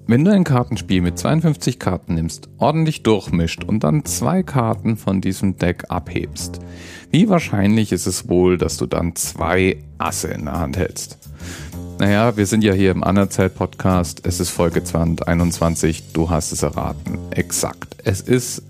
Wenn du ein Kartenspiel mit 52 Karten nimmst, ordentlich durchmischt und dann 2 Karten von diesem Deck abhebst, wie wahrscheinlich ist es wohl, dass du dann 2 Asse in der Hand hältst? Naja, wir sind ja hier im Anerzählt-Podcast, es ist Folge 221, du hast es erraten, exakt. Es ist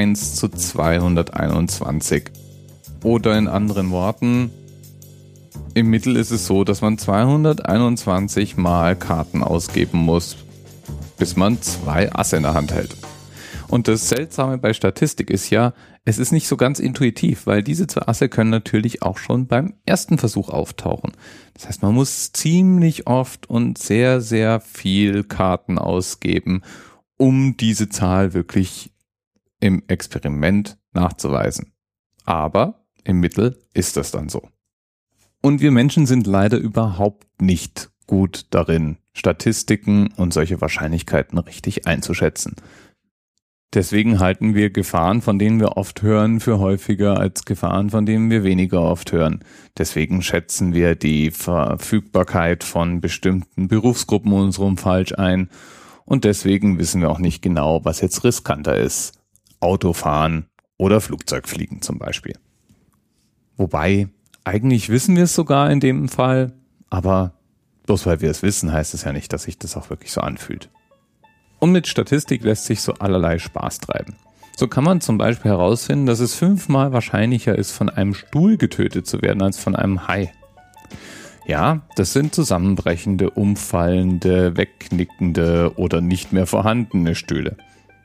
1:221. Oder in anderen Worten, im Mittel ist es so, dass man 221 Mal Karten ausgeben muss, bis man 2 Asse in der Hand hält. Und das Seltsame bei Statistik ist ja, es ist nicht so ganz intuitiv, weil diese 2 Asse können natürlich auch schon beim ersten Versuch auftauchen. Das heißt, man muss ziemlich oft und sehr, sehr viel Karten ausgeben, um diese Zahl wirklich im Experiment nachzuweisen. Aber im Mittel ist das dann so. Und wir Menschen sind leider überhaupt nicht gut darin, Statistiken und solche Wahrscheinlichkeiten richtig einzuschätzen. Deswegen halten wir Gefahren, von denen wir oft hören, für häufiger als Gefahren, von denen wir weniger oft hören. Deswegen schätzen wir die Verfügbarkeit von bestimmten Berufsgruppen um uns herum falsch ein. Und deswegen wissen wir auch nicht genau, was jetzt riskanter ist. Autofahren oder Flugzeugfliegen zum Beispiel. Wobei, eigentlich wissen wir es sogar in dem Fall, aber bloß weil wir es wissen, heißt es ja nicht, dass sich das auch wirklich so anfühlt. Und mit Statistik lässt sich so allerlei Spaß treiben. So kann man zum Beispiel herausfinden, dass es 5-mal wahrscheinlicher ist, von einem Stuhl getötet zu werden, als von einem Hai. Ja, das sind zusammenbrechende, umfallende, wegknickende oder nicht mehr vorhandene Stühle.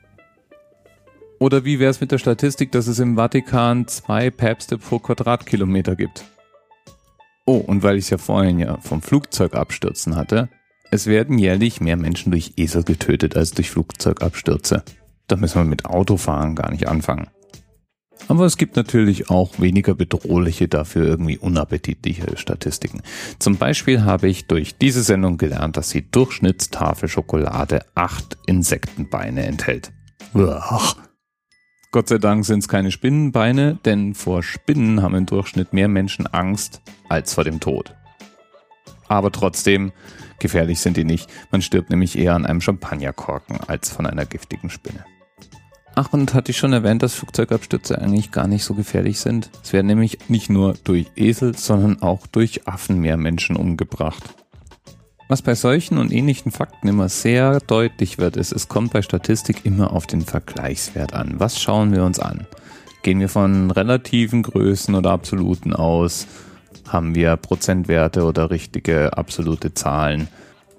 Oder wie wäre es mit der Statistik, dass es im Vatikan 2 Päpste pro Quadratkilometer gibt? Oh, und weil ich es ja vorhin vom Flugzeug abstürzen hatte, es werden jährlich mehr Menschen durch Esel getötet als durch Flugzeugabstürze. Da müssen wir mit Autofahren gar nicht anfangen. Aber es gibt natürlich auch weniger bedrohliche, dafür irgendwie unappetitliche Statistiken. Zum Beispiel habe ich durch diese Sendung gelernt, dass die Durchschnittstafel Schokolade 8 Insektenbeine enthält. Uah. Gott sei Dank sind es keine Spinnenbeine, denn vor Spinnen haben im Durchschnitt mehr Menschen Angst als vor dem Tod. Aber trotzdem, gefährlich sind die nicht. Man stirbt nämlich eher an einem Champagnerkorken als von einer giftigen Spinne. Ach, und hatte ich schon erwähnt, dass Flugzeugabstürze eigentlich gar nicht so gefährlich sind? Es werden nämlich nicht nur durch Esel, sondern auch durch Affen mehr Menschen umgebracht. Was bei solchen und ähnlichen Fakten immer sehr deutlich wird, ist, es kommt bei Statistik immer auf den Vergleichswert an. Was schauen wir uns an? Gehen wir von relativen Größen oder Absoluten aus? Haben wir Prozentwerte oder richtige absolute Zahlen?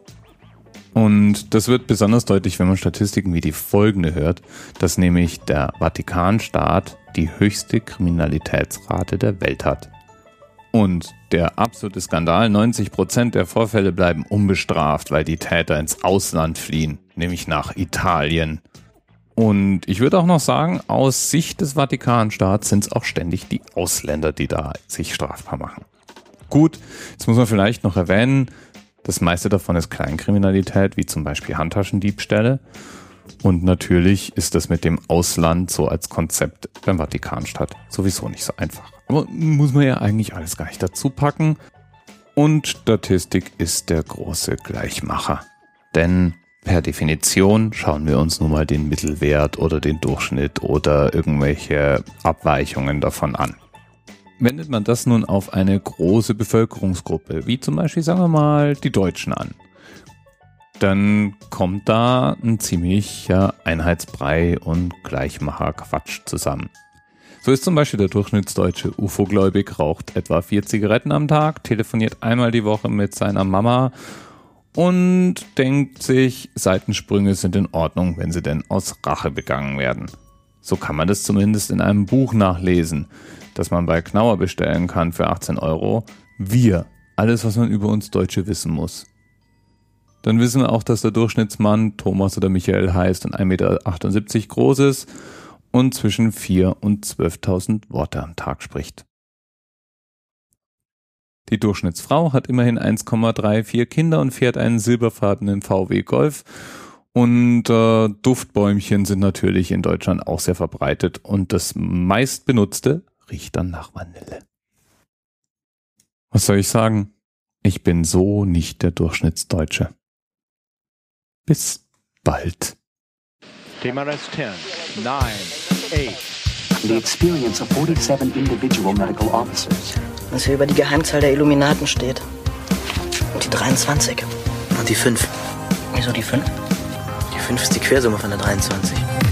Und das wird besonders deutlich, wenn man Statistiken wie die folgende hört, dass nämlich der Vatikanstaat die höchste Kriminalitätsrate der Welt hat. Und der absolute Skandal, 90% der Vorfälle bleiben unbestraft, weil die Täter ins Ausland fliehen, nämlich nach Italien. Und ich würde auch noch sagen, aus Sicht des Vatikanstaats sind es auch ständig die Ausländer, die da sich strafbar machen. Gut, jetzt muss man vielleicht noch erwähnen, das meiste davon ist Kleinkriminalität, wie zum Beispiel Handtaschendiebstähle. Und natürlich ist das mit dem Ausland so als Konzept beim Vatikanstaat sowieso nicht so einfach. Aber muss man ja eigentlich alles gar nicht dazu packen. Und Statistik ist der große Gleichmacher. Denn per Definition schauen wir uns nun mal den Mittelwert oder den Durchschnitt oder irgendwelche Abweichungen davon an. Wendet man das nun auf eine große Bevölkerungsgruppe, wie zum Beispiel, sagen wir mal, die Deutschen an, dann kommt da ein ziemlicher Einheitsbrei und Gleichmacher-Quatsch zusammen. So ist zum Beispiel der Durchschnittsdeutsche UFO-gläubig, raucht etwa 4 Zigaretten am Tag, telefoniert einmal die Woche mit seiner Mama und denkt sich, Seitensprünge sind in Ordnung, wenn sie denn aus Rache begangen werden. So kann man das zumindest in einem Buch nachlesen, das man bei Knauer bestellen kann für 18 €. Wir, alles was man über uns Deutsche wissen muss. Dann wissen wir auch, dass der Durchschnittsmann Thomas oder Michael heißt und 1,78 Meter groß ist und zwischen 4.000 und 12.000 Worte am Tag spricht. Die Durchschnittsfrau hat immerhin 1,34 Kinder und fährt einen silberfarbenen VW Golf. Und Duftbäumchen sind natürlich in Deutschland auch sehr verbreitet und das meistbenutzte riecht dann nach Vanille. Was soll ich sagen? Ich bin so nicht der Durchschnittsdeutsche. Bis Bald. TMRS 10, 9, 8. The experience of 47 individual medical officers. Was hier über die Geheimzahl der Illuminaten steht. Und die 23. Und die 5. Wieso die 5? Die 5 ist die Quersumme von der 23.